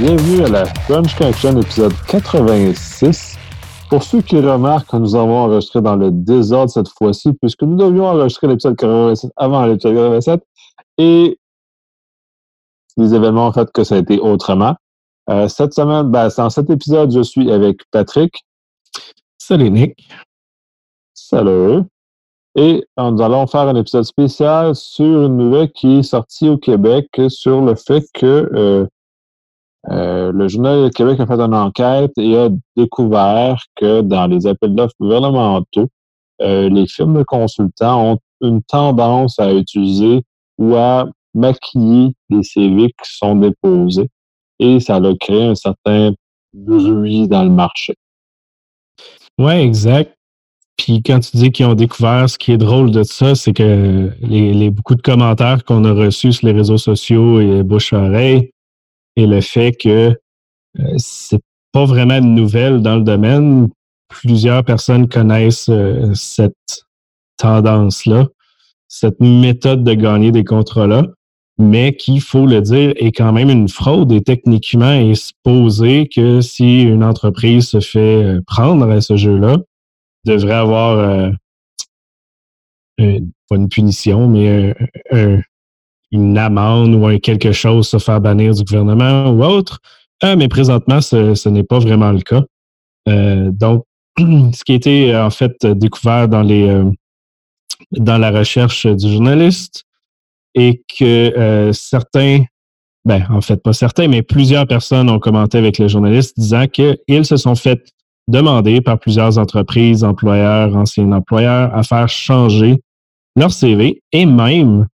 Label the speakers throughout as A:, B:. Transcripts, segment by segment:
A: bienvenue à la Crunch Connection épisode 86. Pour ceux qui remarquent que nous avons enregistré dans le désordre cette fois-ci, puisque nous devions enregistrer l'épisode 87 avant l'épisode 87, et les événements ont fait que ça a été autrement. Cette semaine, dans cet épisode, je suis avec Patrick.
B: Salut Nick.
A: Salut. Et nous allons faire un épisode spécial sur une nouvelle qui est sortie au Québec sur le fait que le Journal de Québec a fait une enquête et a découvert que dans les appels d'offres gouvernementaux, les firmes de consultants ont une tendance à utiliser ou à maquiller les CV qui sont déposés. Et ça a créé un certain bruit dans le marché.
B: Ouais, exact. Puis quand tu dis qu'ils ont découvert, ce qui est drôle de ça, c'est que les beaucoup de commentaires qu'on a reçus sur les réseaux sociaux et bouche-oreille, et le fait que c'est pas vraiment une nouvelle dans le domaine. Plusieurs personnes connaissent cette tendance-là, cette méthode de gagner des contrats-là, mais qui, il faut le dire, est quand même une fraude et techniquement est supposé que si une entreprise se fait prendre à ce jeu-là, devrait avoir pas une punition, mais une amende ou quelque chose se faire bannir du gouvernement ou autre. Mais présentement, ce n'est pas vraiment le cas. Donc, ce qui a été en fait découvert dans la recherche du journaliste est que certains, en fait pas certains, mais plusieurs personnes ont commenté avec le journaliste disant qu'ils se sont fait demander par plusieurs entreprises, employeurs, anciens employeurs à faire changer leur CV et même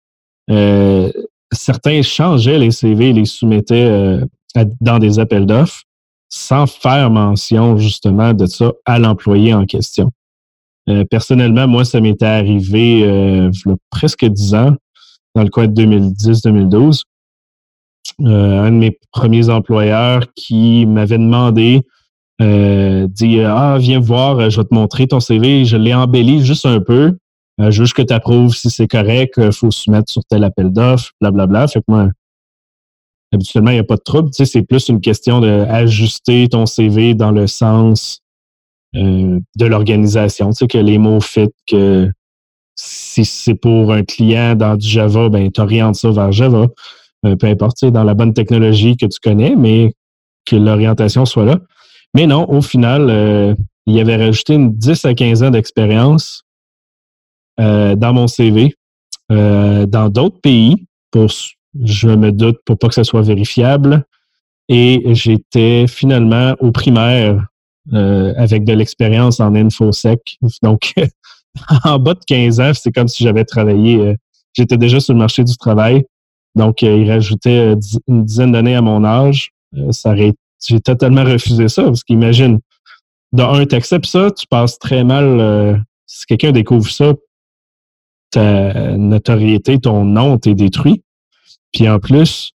B: certains changeaient les CV et les soumettaient dans des appels d'offres sans faire mention justement de ça à l'employé en question. Personnellement, moi, ça m'était arrivé il y a presque 10 ans, dans le coin de 2010-2012. Un de mes premiers employeurs qui m'avait demandé dit viens voir, je vais te montrer ton CV. Je l'ai embelli juste un peu. Juste que tu approuves si c'est correct, il faut soumettre sur tel appel d'offres, blablabla. Fait que moi, habituellement, il n'y a pas de trouble. Tu sais, c'est plus une question d'ajuster ton CV dans le sens de l'organisation. Tu sais, que les mots fit, que si c'est pour un client dans du Java, tu orientes ça vers Java. Peu importe, tu sais, dans la bonne technologie que tu connais, mais que l'orientation soit là. Mais non, au final, il avait rajouté une 10 à 15 ans d'expérience dans mon CV, dans d'autres pays, je me doute, pour pas que ça soit vérifiable. Et j'étais finalement au primaire avec de l'expérience en InfoSec. Donc, en bas de 15 ans, c'est comme si j'avais travaillé. J'étais déjà sur le marché du travail. Donc, il rajoutait une dizaine d'années à mon âge. J'ai totalement refusé ça, parce qu'imagine, tu acceptes ça, tu passes très mal. Si quelqu'un découvre ça, ta notoriété, ton nom, t'es détruit. Puis en plus,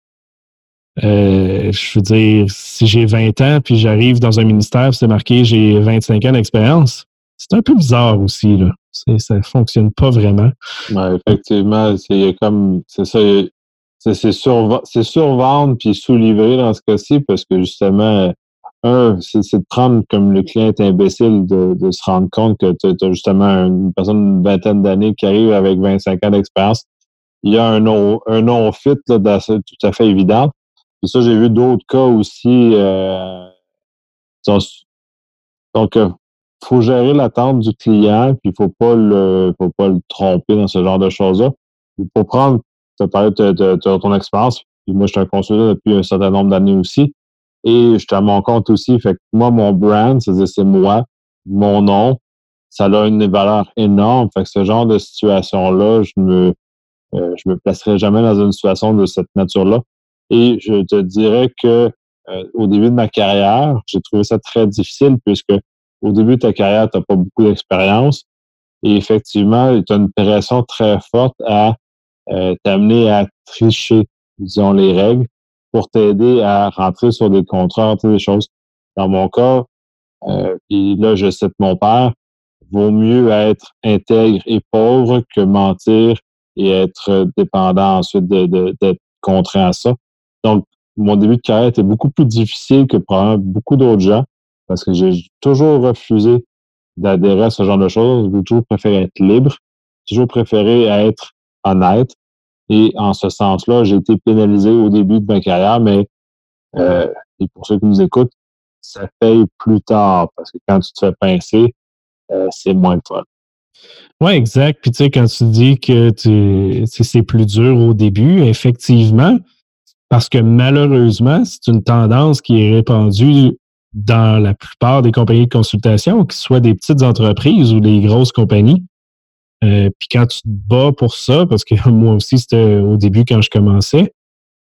B: je veux dire, si j'ai 20 ans puis j'arrive dans un ministère, c'est marqué j'ai 25 ans d'expérience, c'est un peu bizarre aussi, là. Ça fonctionne pas vraiment.
A: Ouais, effectivement, c'est ça, c'est survendre puis sous-livrer dans ce cas-ci parce que justement, c'est de prendre comme le client est imbécile de se rendre compte que tu as justement une personne d'une vingtaine d'années qui arrive avec 25 ans d'expérience. Il y a un non-fit là, tout à fait évident. Puis ça, j'ai vu d'autres cas aussi. Donc, faut gérer l'attente du client, puis faut pas le tromper dans ce genre de choses-là. Il faut prendre, tu as parlé de ton expérience, puis moi, je suis un consultant depuis un certain nombre d'années aussi, et je suis à mon compte aussi. Fait que moi, mon brand, c'est moi, mon nom, ça a une valeur énorme. Fait que ce genre de situation-là, je me placerai jamais dans une situation de cette nature-là. Et je te dirais que au début de ma carrière, j'ai trouvé ça très difficile puisque au début de ta carrière, tu n'as pas beaucoup d'expérience et effectivement, tu as une pression très forte à t'amener à tricher, disons, les règles pour t'aider à rentrer sur des contrats, rentrer des choses. Dans mon cas, puis là, je cite mon père, vaut mieux être intègre et pauvre que mentir et être dépendant ensuite d'être contraint à ça. Donc, mon début de carrière était beaucoup plus difficile que probablement beaucoup d'autres gens parce que j'ai toujours refusé d'adhérer à ce genre de choses. J'ai toujours préféré être libre, toujours préféré être honnête. Et en ce sens-là, j'ai été pénalisé au début de ma carrière, mais et pour ceux qui nous écoutent, ça paye plus tard parce que quand tu te fais pincer, c'est moins de fun.
B: Oui, exact. Puis tu sais, quand tu dis que c'est plus dur au début, effectivement, parce que malheureusement, c'est une tendance qui est répandue dans la plupart des compagnies de consultation, que ce soit des petites entreprises ou des grosses compagnies. Puis quand tu te bats pour ça, parce que moi aussi, c'était au début quand je commençais,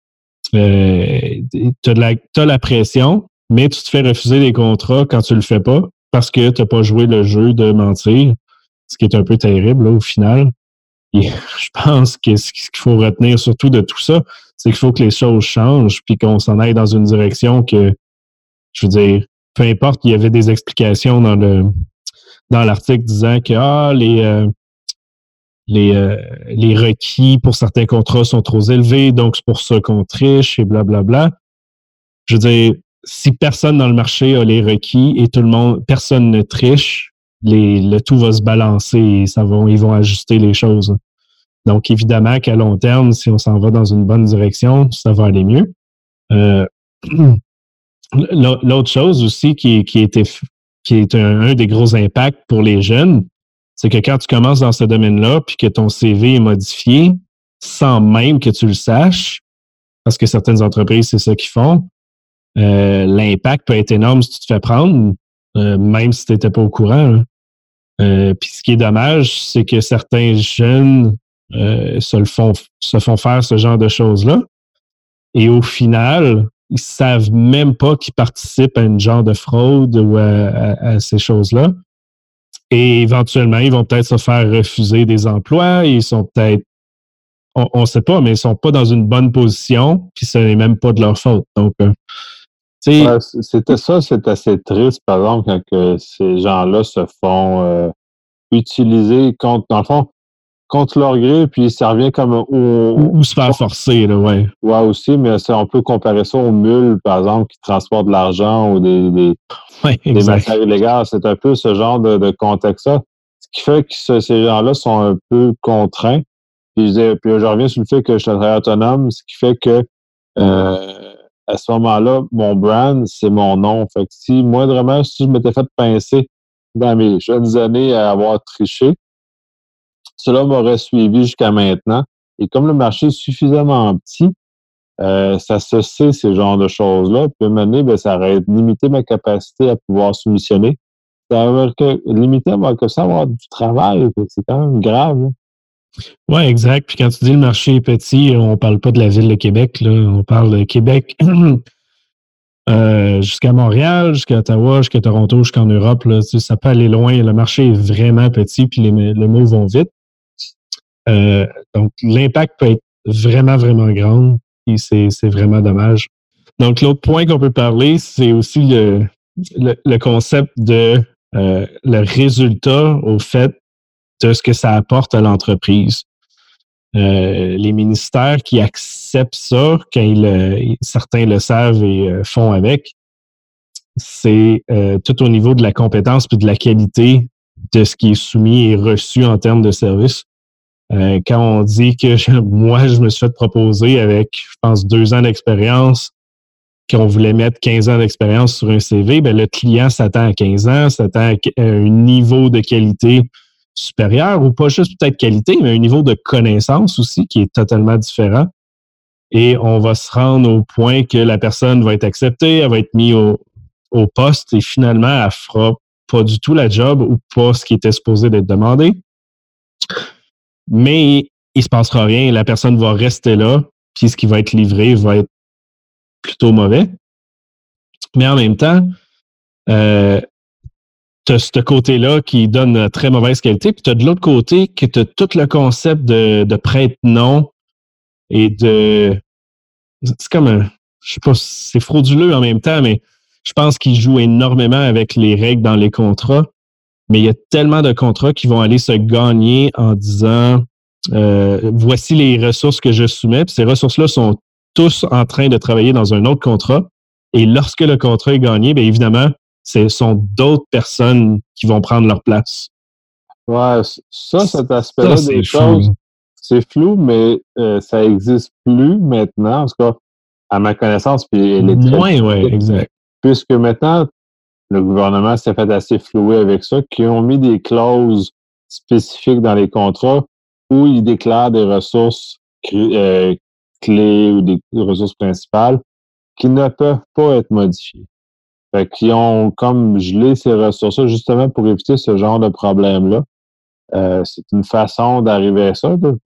B: t'as la pression, mais tu te fais refuser des contrats quand tu le fais pas parce que tu n'as pas joué le jeu de mentir, ce qui est un peu terrible là, au final. Et je pense que ce qu'il faut retenir surtout de tout ça, c'est qu'il faut que les choses changent puis qu'on s'en aille dans une direction que, je veux dire, peu importe, il y avait des explications dans l'article disant que les requis pour certains contrats sont trop élevés, donc c'est pour ça qu'on triche et blablabla. Je veux dire, si personne dans le marché a les requis et tout le monde, personne ne triche, le tout va se balancer et ils vont ajuster les choses. Donc, évidemment qu'à long terme, si on s'en va dans une bonne direction, ça va aller mieux. L'autre chose aussi qui est un des gros impacts pour les jeunes, c'est que quand tu commences dans ce domaine-là, puis que ton CV est modifié, sans même que tu le saches, parce que certaines entreprises, c'est ça qu'ils font, l'impact peut être énorme si tu te fais prendre, même si tu n'étais pas au courant. Puis ce qui est dommage, c'est que certains jeunes se font faire ce genre de choses-là. Et au final, ils savent même pas qu'ils participent à une genre de fraude ou à ces choses-là. Et éventuellement, ils vont peut-être se faire refuser des emplois. Ils sont peut-être, on ne sait pas, mais ils sont pas dans une bonne position, puis ce n'est même pas de leur faute. Donc,
A: ouais, c'est assez triste, par exemple, quand que ces gens-là se font utiliser contre, dans le fond, contre leur gré, puis ça revient comme
B: ou se faire forcer, là, ouais.
A: Ouais, aussi, mais on peut comparer ça aux mules, par exemple, qui transportent de l'argent ou des matières illégales. C'est un peu ce genre de contexte-là. Ce qui fait que ces gens-là sont un peu contraints. Puis je reviens sur le fait que je suis un travailleur autonome, ce qui fait que à ce moment-là, mon brand, c'est mon nom. Fait que si moindrement, si je m'étais fait pincer dans mes jeunes années à avoir triché, cela m'aurait suivi jusqu'à maintenant. Et comme le marché est suffisamment petit, ça se sait, ces genres de choses-là. Puis à un moment donné, ben, ça aurait limité ma capacité à pouvoir soumissionner. Ça aurait limité ça avoir du travail. C'est quand même grave.
B: Oui, exact. Puis quand tu dis le marché est petit, on parle pas de la ville de Québec, là. On parle de Québec jusqu'à Montréal, jusqu'à Ottawa, jusqu'à Toronto, jusqu'en Europe. Là, tu sais, ça peut aller loin. Le marché est vraiment petit, puis les mots vont vite. Donc, l'impact peut être vraiment, vraiment grand. Et c'est vraiment dommage. Donc, l'autre point qu'on peut parler, c'est aussi le concept de le résultat au fait de ce que ça apporte à l'entreprise. Les ministères qui acceptent ça, quand certains le savent et font avec, c'est tout au niveau de la compétence puis de la qualité de ce qui est soumis et reçu en termes de service. Quand on dit que moi, je me suis fait proposer avec, je pense, 2 ans d'expérience, qu'on voulait mettre 15 ans d'expérience sur un CV, ben le client s'attend à 15 ans, s'attend à un niveau de qualité supérieur, ou pas juste peut-être qualité, mais un niveau de connaissance aussi qui est totalement différent. Et on va se rendre au point que la personne va être acceptée, elle va être mise au poste et finalement, elle fera pas du tout la job ou pas ce qui était supposé d'être demandé. Mais il se passera rien, la personne va rester là, puis ce qui va être livré va être plutôt mauvais. Mais en même temps, tu as ce côté-là qui donne une très mauvaise qualité, puis tu as de l'autre côté que tu as tout le concept de prête-nom et de... C'est comme je sais pas, c'est frauduleux en même temps, mais je pense qu'ils jouent énormément avec les règles dans les contrats. Mais il y a tellement de contrats qui vont aller se gagner en disant voici les ressources que je soumets, puis ces ressources-là sont tous en train de travailler dans un autre contrat. Et lorsque le contrat est gagné, bien évidemment, ce sont d'autres personnes qui vont prendre leur place.
A: Ouais, cet aspect-là
B: Ça,
A: des
B: c'est
A: choses,
B: fou.
A: c'est flou, mais ça existe plus maintenant, en tout cas, à ma connaissance, puis elle est très
B: Moins, ouais,
A: limitée,
B: exact.
A: puisque maintenant, le gouvernement s'est fait assez flouer avec ça, qui ont mis des clauses spécifiques dans les contrats où ils déclarent des ressources clés ou des ressources principales qui ne peuvent pas être modifiées. Fait qu'ils ont comme gelé ces ressources-là justement pour éviter ce genre de problème-là. C'est une façon d'arriver à ça. Là,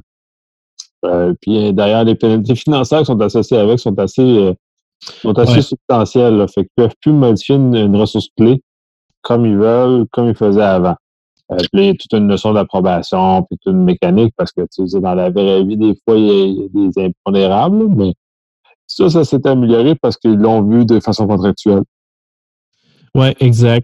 A: puis d'ailleurs, les pénalités financières qui sont associées avec sont assez
B: Ouais,
A: substantielles. Là, fait qu'ils peuvent plus modifier une ressource clé comme ils veulent, comme ils faisaient avant. Puis il y a toute une notion d'approbation, puis toute une mécanique, parce que tu sais, dans la vraie vie, des fois, il y a des impondérables, là, mais ça s'est amélioré parce qu'ils l'ont vu de façon contractuelle.
B: ouais, exact.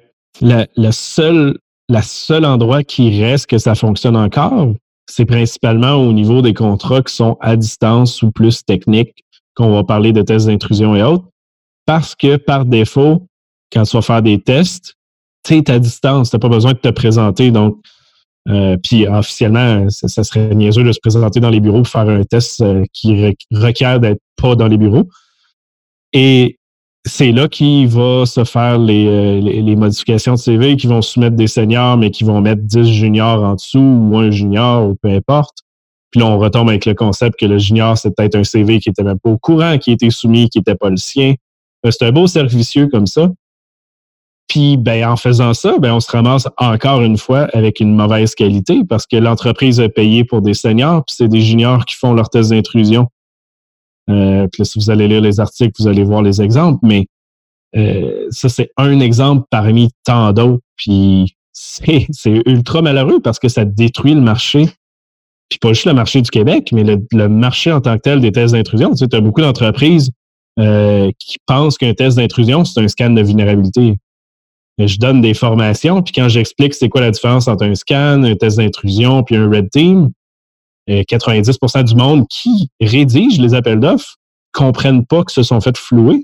B: La seule endroit qui reste que ça fonctionne encore, c'est principalement au niveau des contrats qui sont à distance ou plus techniques, qu'on va parler de tests d'intrusion et autres. Parce que par défaut, quand tu vas faire des tests, tu es à distance, tu n'as pas besoin de te présenter. Donc, puis officiellement, ça serait niaiseux de se présenter dans les bureaux pour faire un test qui requiert d'être pas dans les bureaux. Et c'est là qu'il va se faire les modifications de CV, qui vont soumettre des seniors, mais qui vont mettre 10 juniors en dessous ou un junior ou peu importe. Puis là, on retombe avec le concept que le junior, c'est peut-être un CV qui n'était même pas au courant, qui était soumis, qui n'était pas le sien. C'est un beau servicieux comme ça. Puis, ben, en faisant ça, ben, on se ramasse encore une fois avec une mauvaise qualité parce que l'entreprise a payé pour des seniors, puis c'est des juniors qui font leur test d'intrusion. Puis là, si vous allez lire les articles, vous allez voir les exemples, mais ça, c'est un exemple parmi tant d'autres. Puis c'est ultra malheureux parce que ça détruit le marché. Puis pas juste le marché du Québec, mais le marché en tant que tel des tests d'intrusion. Tu sais, as beaucoup d'entreprises qui pensent qu'un test d'intrusion, c'est un scan de vulnérabilité. Je donne des formations, puis quand j'explique c'est quoi la différence entre un scan, un test d'intrusion, puis un red team, 90% du monde qui rédige les appels d'offres comprennent pas que se sont fait flouer.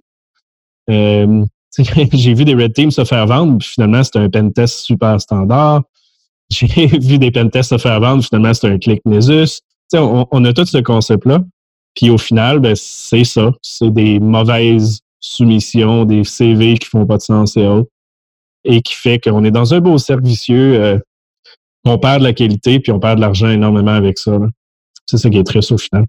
B: J'ai vu des red teams se faire vendre, puis finalement, c'est un pentest super standard. J'ai vu des pentests se faire vendre, finalement, c'est un click Nessus. On a tout ce concept-là. Puis au final, ben, c'est ça. C'est des mauvaises soumissions, des CV qui font pas de sens et autres. Et qui fait qu'on est dans un beau cercle vicieux. On perd de la qualité, puis on perd de l'argent énormément avec ça. Là. C'est ça qui est triste au final.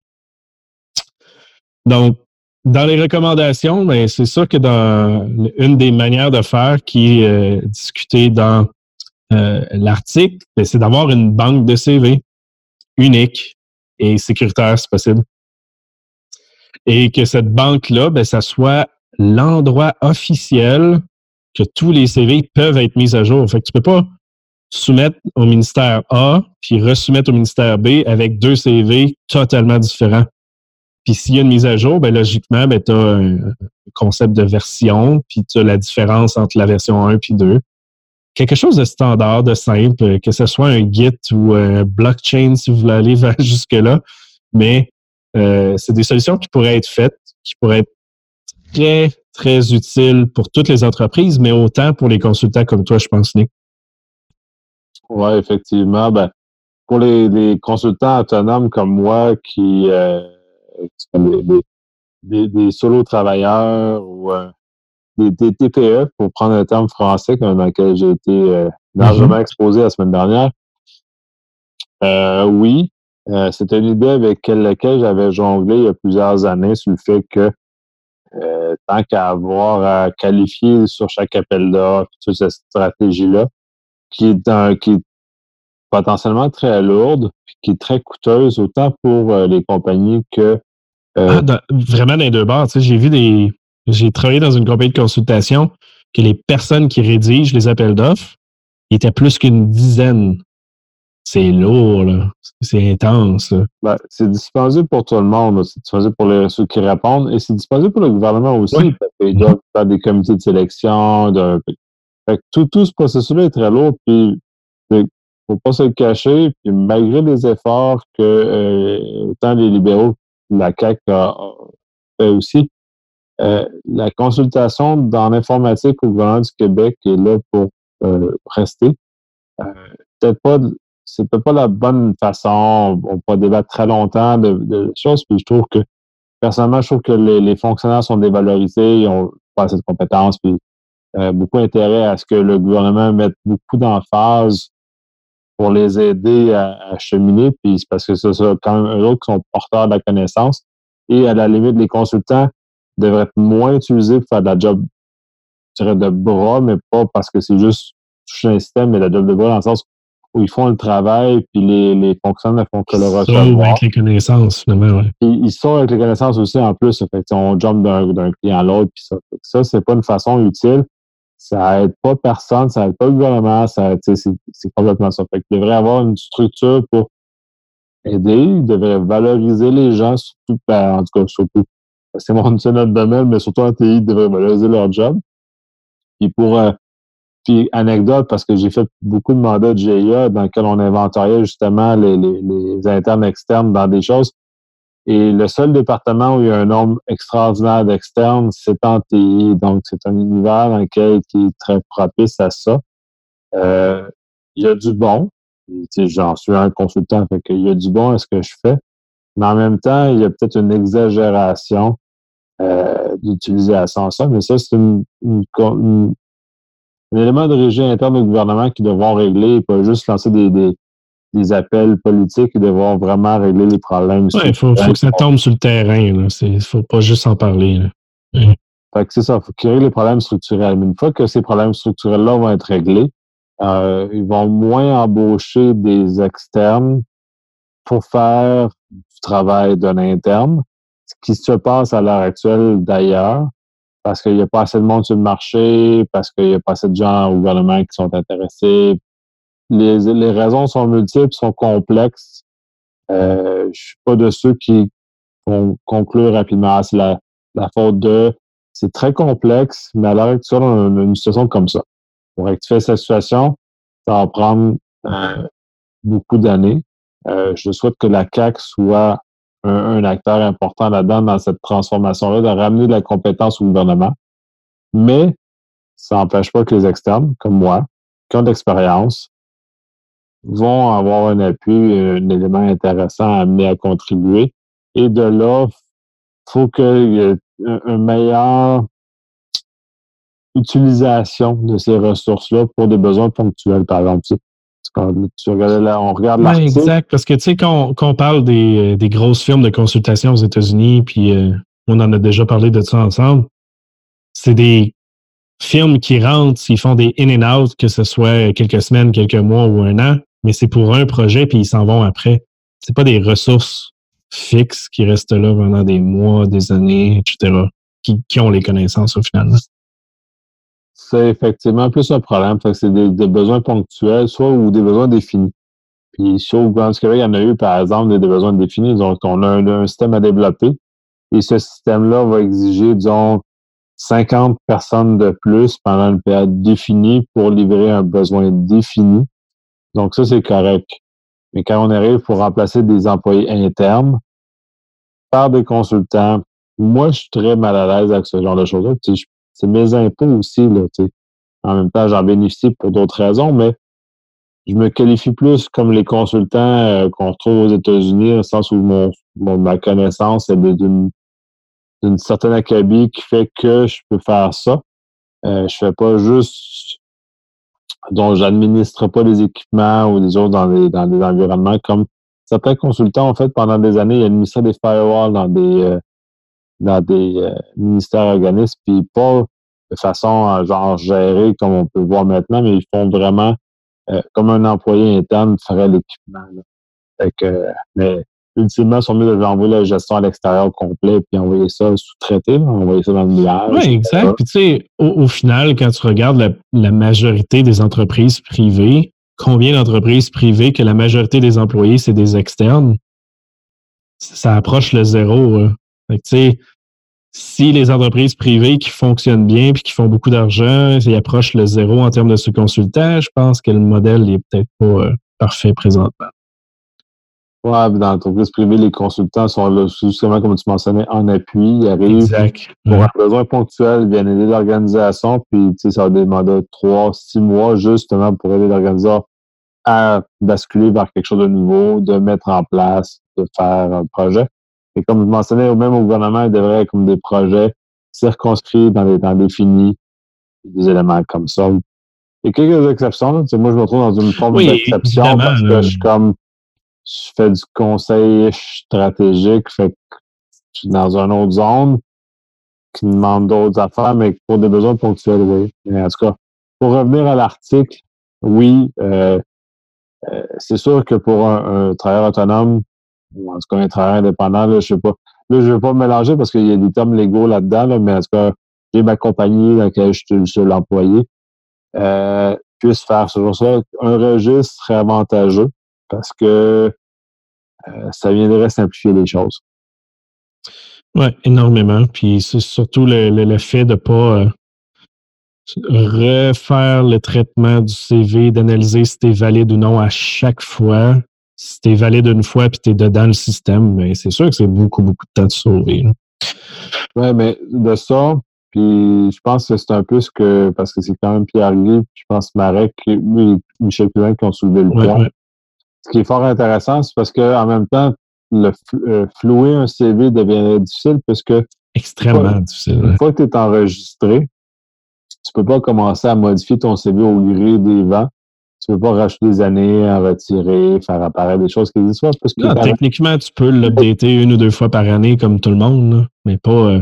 B: Donc, dans les recommandations, ben, c'est sûr que dans une des manières de faire qui est discutée dans l'article, ben, c'est d'avoir une banque de CV unique et sécuritaire, si possible. Et que cette banque-là, ben, ça soit l'endroit officiel que tous les CV peuvent être mis à jour. Fait que tu peux pas soumettre au ministère A puis resoumettre au ministère B avec deux CV totalement différents. Puis s'il y a une mise à jour, ben logiquement, ben, tu as un concept de version, puis tu as la différence entre la version 1 puis 2. Quelque chose de standard, de simple, que ce soit un Git ou un blockchain si vous voulez aller jusque-là. Mais c'est des solutions qui pourraient être faites, qui pourraient être très, très utiles pour toutes les entreprises, mais autant pour les consultants comme toi, je pense, Nick.
A: Oui, effectivement. Ben, pour les consultants autonomes comme moi qui sont des solo-travailleurs ou des TPE, pour prendre un terme français dans lequel j'ai été largement exposé la semaine dernière, oui, c'était une idée avec laquelle j'avais jonglé il y a plusieurs années sur le fait que tant qu'à avoir à qualifier sur chaque appel d'offres, toute cette stratégie-là, qui est potentiellement très lourde, puis qui est très coûteuse, autant pour les compagnies que...
B: Vraiment dans les deux bords. Tu sais, j'ai travaillé dans une compagnie de consultation que les personnes qui rédigent les appels d'offres étaient plus qu'une dizaine. C'est lourd, là. C'est intense. Là.
A: Ben, c'est dispendieux pour tout le monde. Là. C'est dispendieux pour ceux qui répondent et c'est dispendieux pour le gouvernement aussi.
B: Ouais.
A: Parce qu'ils doivent faire des comités de sélection. Fait que tout ce processus-là est très lourd. Puis, il faut pas se le cacher. Puis, malgré les efforts que autant les libéraux la CAQ a fait aussi. La consultation dans l'informatique au gouvernement du Québec est là pour rester. C'est peut-être pas la bonne façon. On peut débattre très longtemps de choses, puis personnellement, je trouve que les fonctionnaires sont dévalorisés, ils ont pas assez de compétences, puis beaucoup intérêt à ce que le gouvernement mette beaucoup d'emphase pour les aider à cheminer, puis c'est parce que c'est ça, quand même eux autres qui sont porteurs de la connaissance. Et à la limite, les consultants devraient être moins utilisés pour faire de la job, je dirais, de bras, mais pas parce que c'est juste toucher un système, mais la job de bras dans le sens où ils font le travail, puis les fonctionnaires ne font que le recevoir.
B: Avec les connaissances, finalement, ouais.
A: Puis ils sont avec les connaissances aussi en plus. Fait que on jump d'un client à l'autre, puis ça. Ça, c'est pas une façon utile. Ça aide pas personne, ça aide pas le gouvernement, c'est complètement ça. Fait qu'il devrait y avoir une structure pour aider, il devrait valoriser les gens, surtout, en tout cas, surtout, c'est notre domaine, mais surtout en TI, ils devraient valoriser leur job. Puis puis anecdote, parce que j'ai fait beaucoup de mandats de GIA dans lesquels on inventariait justement les internes externes dans des choses. Et le seul département où il y a un nombre extraordinaire d'externes, c'est en TI. Donc, c'est un univers dans lequel qui est très propice à ça. Il y a du bon. J'en suis un consultant, fait qu'il y a du bon à ce que je fais. Mais en même temps, il y a peut-être une exagération d'utilisation de ça. Mais ça, c'est un élément de régie interne au gouvernement qui devront régler et pas juste lancer des appels politiques et devoir vraiment régler les problèmes.
B: Oui, il faut que ça tombe sur le terrain. Il ne faut pas juste en parler.
A: Fait que c'est ça, il faut créer les problèmes structurels. Mais une fois que ces problèmes structurels-là vont être réglés, ils vont moins embaucher des externes pour faire du travail d'un interne, ce qui se passe à l'heure actuelle d'ailleurs, parce qu'il n'y a pas assez de monde sur le marché, parce qu'il n'y a pas assez de gens au gouvernement qui sont intéressés. Les raisons sont multiples, sont complexes. Je suis pas de ceux qui vont conclure rapidement. C'est la faute de... C'est très complexe, mais à l'heure actuelle, on a une situation comme ça. Pour rectifier cette situation, ça va prendre beaucoup d'années. Je souhaite que la CAQ soit un acteur important là-dedans, dans cette transformation-là, de ramener de la compétence au gouvernement. Mais ça n'empêche pas que les externes, comme moi, qui ont de l'expérience, vont avoir un appui, un élément intéressant à amener à contribuer. Et de là, il faut qu'il y ait une meilleure utilisation de ces ressources-là pour des besoins ponctuels, par exemple. On regarde l'article.
B: Exact, parce que tu sais, quand on parle des grosses firmes de consultation aux États-Unis, puis on en a déjà parlé de ça ensemble, c'est des firmes qui rentrent, ils font des in and out, que ce soit quelques semaines, quelques mois ou un an, mais c'est pour un projet, puis ils s'en vont après. C'est pas des ressources fixes qui restent là pendant des mois, des années, etc., qui ont les connaissances au final.
A: C'est effectivement plus un problème. Fait que c'est des besoins ponctuels, soit ou des besoins définis. Puis sur au gouvernement du Québec, il y en a eu, par exemple, des besoins définis. Donc, on a un système à développer. Et ce système-là va exiger, disons, 50 personnes de plus pendant une période définie pour livrer un besoin défini. Donc, ça, c'est correct. Mais quand on arrive pour remplacer des employés internes par des consultants, moi, je suis très mal à l'aise avec ce genre de choses-là. C'est mes impôts aussi, là, tu sais. En même temps, j'en bénéficie pour d'autres raisons, mais je me qualifie plus comme les consultants qu'on retrouve aux États-Unis, dans le sens où ma connaissance est d'une certaine acabit qui fait que je peux faire ça. Je fais pas juste... Donc, j'administre pas des équipements ou des autres dans des environnements comme certains consultants ont fait pendant des années. Ils administraient des firewalls dans des ministères organismes, puis pas de façon genre gérée comme on peut voir maintenant, mais ils font vraiment comme un employé interne ferait l'équipement. Fait que, mais ultimement, ils sont mieux de envoyer la gestion à l'extérieur au complet puis envoyer ça sous-traité, envoyer ça dans le nuage.
B: Oui, exact. Puis tu sais, au final, quand tu regardes la majorité des entreprises privées, combien d'entreprises privées que la majorité des employés, c'est des externes? Ça approche le zéro. Fait que tu sais, si les entreprises privées qui fonctionnent bien puis qui font beaucoup d'argent, ils approchent le zéro en termes de sous-consultants, je pense que le modèle n'est peut-être pas parfait présentement.
A: Ouais, puis dans l'entreprise privée, les consultants sont là, justement, comme tu mentionnais, en appui. Ils arrivent
B: Exact.
A: pour
B: Ouais.
A: un besoin ponctuel, ils viennent aider l'organisation, puis tu sais, ça va demander 3, 6 mois justement pour aider l'organisation à basculer vers quelque chose de nouveau, de mettre en place, de faire un projet. Et comme je mentionnais, même au gouvernement, il devrait être comme des projets circonscrits dans des temps définis, des éléments comme ça. Il y a quelques exceptions. Là. Tu sais, moi, je me trouve dans une forme
B: Oui,
A: d'exception
B: évidemment.
A: parce que je fais du conseil stratégique, fait que je suis dans une autre zone qui demande d'autres affaires, mais pour des besoins ponctuels, oui. Mais en tout cas, pour revenir à l'article, oui, c'est sûr que pour un travailleur autonome, ou en tout cas un travailleur indépendant, là, je sais pas. Là, je ne veux pas me mélanger parce qu'il y a des termes légaux là-dedans, là, mais en tout cas, j'ai ma compagnie dans laquelle je suis seul employé, puisse faire ce genre-là. Un registre serait avantageux parce que ça viendrait simplifier les choses.
B: Oui, énormément. Puis c'est surtout le fait de ne pas refaire le traitement du CV, d'analyser si tu es valide ou non à chaque fois. Si tu es valide une fois et tu es dedans le système, mais c'est sûr que c'est beaucoup, beaucoup de temps de sauver.
A: Oui, mais de ça, puis je pense que c'est un peu ce que, parce que c'est quand même Pierre-Guy, puis je pense Marek, lui et Michel Poulin qui ont soulevé le point.
B: Ouais.
A: Ce qui est fort intéressant, c'est parce qu'en même temps, flouer un CV devient difficile parce que
B: extrêmement difficile.
A: Une fois que tu es enregistré, tu peux pas commencer à modifier ton CV au gré des vents. Tu peux pas rajouter des années, en retirer, faire apparaître des choses qui existent pas.
B: Non, techniquement, tu peux l'updater 1 ou 2 fois par année comme tout le monde, là, mais pas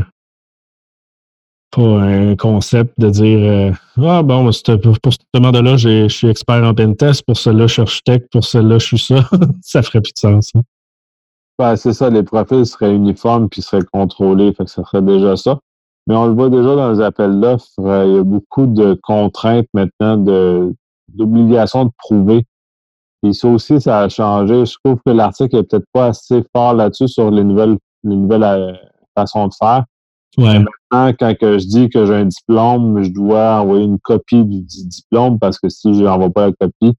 B: un concept de dire ah bon, pour ce demande-là, je suis expert en pentest, pour celle-là, je suis architecte, pour celle-là, je suis ça. Ça ferait plus de sens. Hein.
A: Ben, c'est ça, les profils seraient uniformes puis seraient contrôlés, fait que ça serait déjà ça. Mais on le voit déjà dans les appels d'offres, il y a beaucoup de contraintes maintenant, d'obligations de prouver. Et ça aussi, ça a changé. Je trouve que l'article est peut-être pas assez fort là-dessus sur les nouvelles façons de faire.
B: Ouais.
A: Maintenant, quand je dis que j'ai un diplôme, je dois envoyer une copie du diplôme parce que si je n'envoie pas la copie,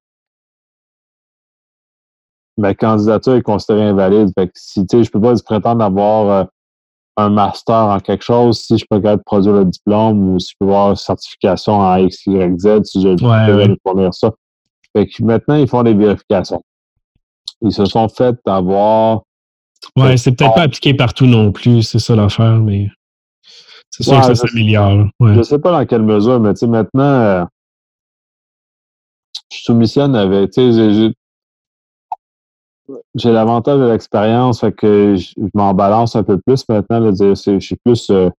A: ma candidature est considérée invalide. Fait que si, tu sais, je peux pas prétendre avoir un master en quelque chose si je peux pas capable de produire le diplôme ou si je peux avoir une certification en X, Y, Z, si je peux fournir ça. Fait que maintenant, ils font des vérifications. Ils se sont fait avoir.
B: Ouais, c'est peut-être pas appliqué partout non plus, c'est ça l'affaire, mais c'est sûr que ça s'améliore. Ouais.
A: Je sais pas dans quelle mesure, mais tu sais, maintenant, je soumissionne avec, tu sais, j'ai l'avantage de l'expérience, fait que je m'en balance un peu plus maintenant. Là, je suis plus. Je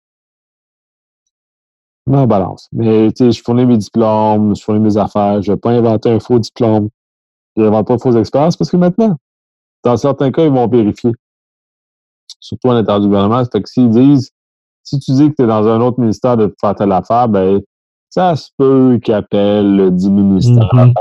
A: m'en balance. Mais tu sais, je fournis mes diplômes, je fournis mes affaires. Je ne vais pas inventer un faux diplôme. Je n'invente pas de fausses expériences parce que maintenant, dans certains cas, ils vont vérifier. Surtout à l'intérieur du gouvernement. Fait que s'ils disent, si tu dis que tu es dans un autre ministère de faire telle affaire, ben, ça se peut qu'ils appellent 10 ministères.
B: Mm-hmm.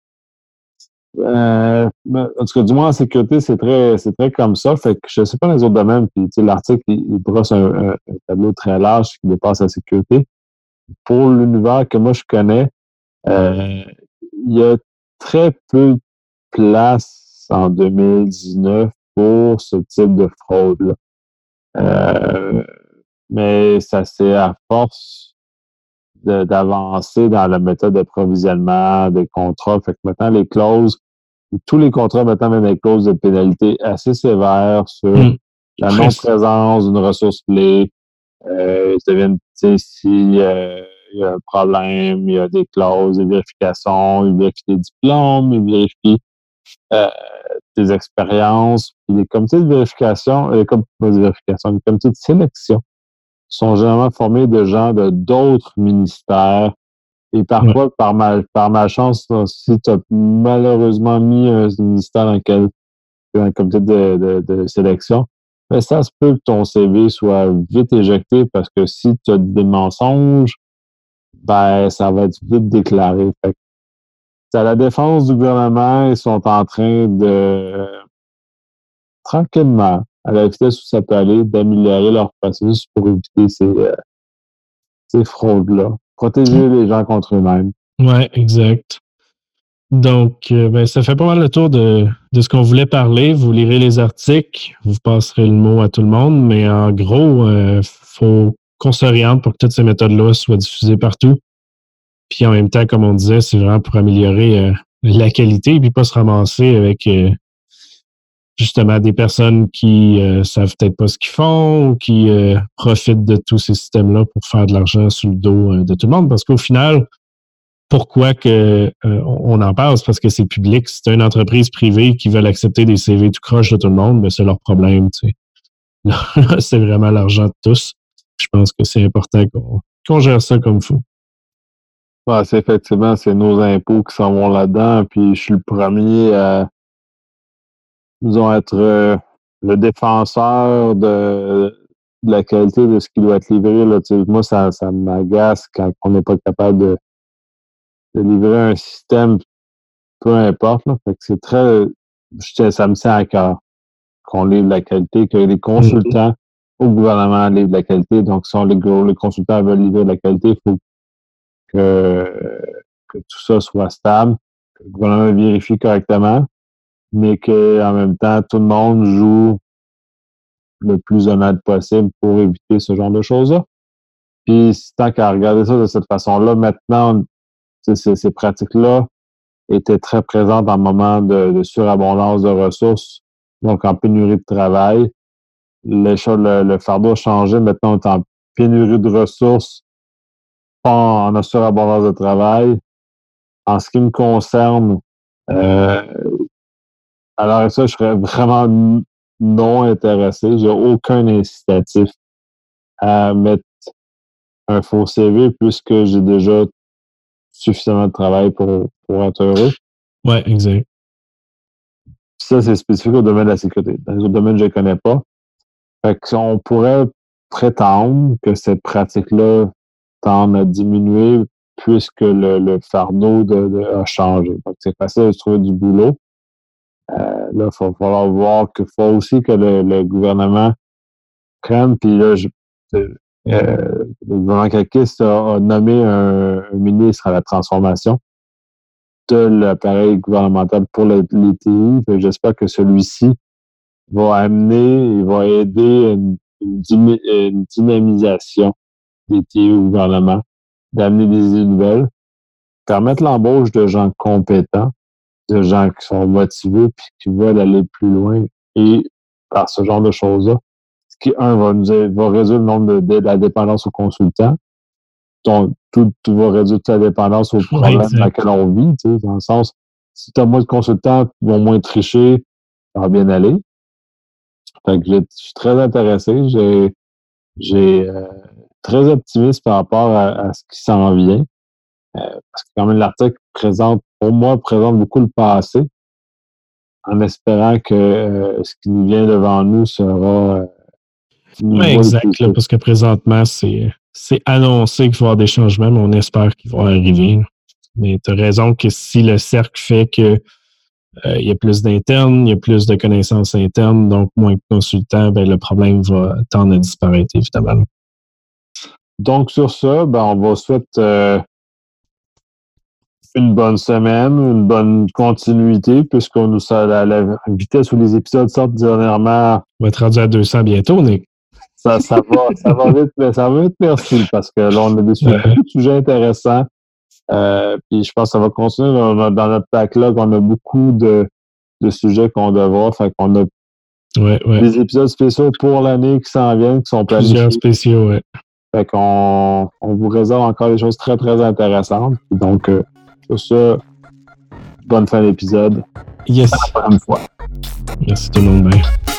A: En tout cas, du moins en sécurité, c'est très comme ça. Fait que je sais pas dans les autres domaines. Puis, tu sais, l'article, il brosse un tableau très large qui dépasse la sécurité. Pour l'univers que moi je connais, il y a très peu de place en 2019 pour ce type de fraude-là. Mais ça c'est à force d'avancer dans la méthode d'approvisionnement des contrats. Fait que maintenant, les clauses, tous les contrats maintenant même des clauses de pénalité assez sévères sur la non-présence d'une ressource clé. Ils deviennent, tu sais, s'il y a un problème, il y a des clauses de vérification, ils vérifient des diplômes, ils vérifient tes expériences. Puis les comités de vérification, les comités de sélection sont généralement formés de gens de d'autres ministères. Et parfois, par malchance, si tu as malheureusement mis un ministère dans un comité de sélection, mais ça se peut que ton CV soit vite éjecté parce que si tu as des mensonges, ben ça va être vite déclaré. Fait que, à la défense du gouvernement, ils sont en train de tranquillement, à la vitesse où ça peut aller, d'améliorer leur processus pour éviter ces fraudes-là. Protéger les gens contre eux-mêmes.
B: Oui, exact. Donc, ça fait pas mal le tour de ce qu'on voulait parler. Vous lirez les articles, vous passerez le mot à tout le monde, mais en gros, faut qu'on s'oriente pour que toutes ces méthodes-là soient diffusées partout. Puis en même temps, comme on disait, c'est vraiment pour améliorer la qualité et puis pas se ramasser avec justement des personnes qui savent peut-être pas ce qu'ils font ou qui profitent de tous ces systèmes-là pour faire de l'argent sur le dos de tout le monde. Parce qu'au final, pourquoi on en parle? C'est parce que c'est public. C'est une entreprise privée qui veut accepter des CV tout croche de tout le monde, mais c'est leur problème. Tu sais. Là, c'est vraiment l'argent de tous. Je pense que c'est important qu'on gère ça comme il faut.
A: Ouais, c'est effectivement, c'est nos impôts qui s'en vont là-dedans. Puis je suis le premier à, disons, être le défenseur de la qualité de ce qui doit être livré. Là. Tu sais, moi, ça m'agace quand on n'est pas capable de livrer un système, peu importe. Là. Fait que c'est très. Ça me tient à cœur qu'on livre la qualité, que les consultants au gouvernement livrent la qualité. Donc, si les consultants veulent livrer la qualité, il faut que tout ça soit stable, que le gouvernement vérifie correctement, mais qu'en même temps, tout le monde joue le plus honnête possible pour éviter ce genre de choses-là. Puis, tant qu'à regarder ça de cette façon-là, maintenant, ces pratiques-là étaient très présentes en moment de surabondance de ressources, donc en pénurie de travail. Le fardeau a changé. Maintenant, on est en pénurie de ressources, pas en surabondance de travail. En ce qui me concerne, alors ça, je serais vraiment non intéressé. J'ai aucun incitatif à mettre un faux CV puisque j'ai déjà suffisamment de travail pour être heureux.
B: Oui, exact.
A: Ça, c'est spécifique au domaine de la sécurité. Dans les autres domaines, je ne connais pas. Fait qu'on pourrait prétendre que cette pratique-là tend à diminuer puisque le fardeau a changé. Donc, c'est facile de trouver du boulot. Là, il va falloir voir qu'il faut aussi que le gouvernement prenne, puis là, le gouvernement caquiste a nommé un ministre à la transformation de l'appareil gouvernemental pour les TI. J'espère que celui-ci va aider une dynamisation des TI au gouvernement, d'amener des idées nouvelles, permettre l'embauche de gens compétents, de gens qui sont motivés puis qui veulent aller plus loin et par ce genre de choses-là. Ce qui, va réduire le nombre de la dépendance aux consultants. Donc, tout va réduire toute la dépendance aux problèmes dans lesquels on vit, tu sais, dans le sens, si tu as moins de consultants, ils vont moins tricher, ça va bien aller. Fait que je suis très intéressé. J'ai très optimiste par rapport à ce qui s'en vient. Parce que quand même, l'article présente beaucoup le passé, en espérant que ce qui nous vient devant nous sera...
B: oui, exact. Là, parce que présentement, c'est annoncé qu'il va y avoir des changements, mais on espère qu'ils vont arriver. Mais tu as raison que si le cercle fait que il y a plus d'internes, il y a plus de connaissances internes, donc moins de consultants, ben, le problème va tendre à disparaître, évidemment.
A: Donc, sur ça, ben, on va souhaiter une bonne semaine, une bonne continuité, puisqu'on nous la vitesse où les épisodes sortent dernièrement.
B: On va être rendu à 200 bientôt, Nick.
A: Ça va vite, mais ça va vite, merci, parce que là, on a des sujets intéressants. Puis je pense que ça va continuer. Dans notre backlog, on a beaucoup de sujets qu'on devra. Fait qu'on a des épisodes spéciaux pour l'année qui s'en viennent, qui sont planifiés.
B: Plusieurs spéciaux, oui.
A: Fait qu'on vous réserve encore des choses très, très intéressantes. Donc, sur ça, bonne fin d'épisode.
B: Yes.
A: À la prochaine fois.
B: Merci tout le monde. Bye.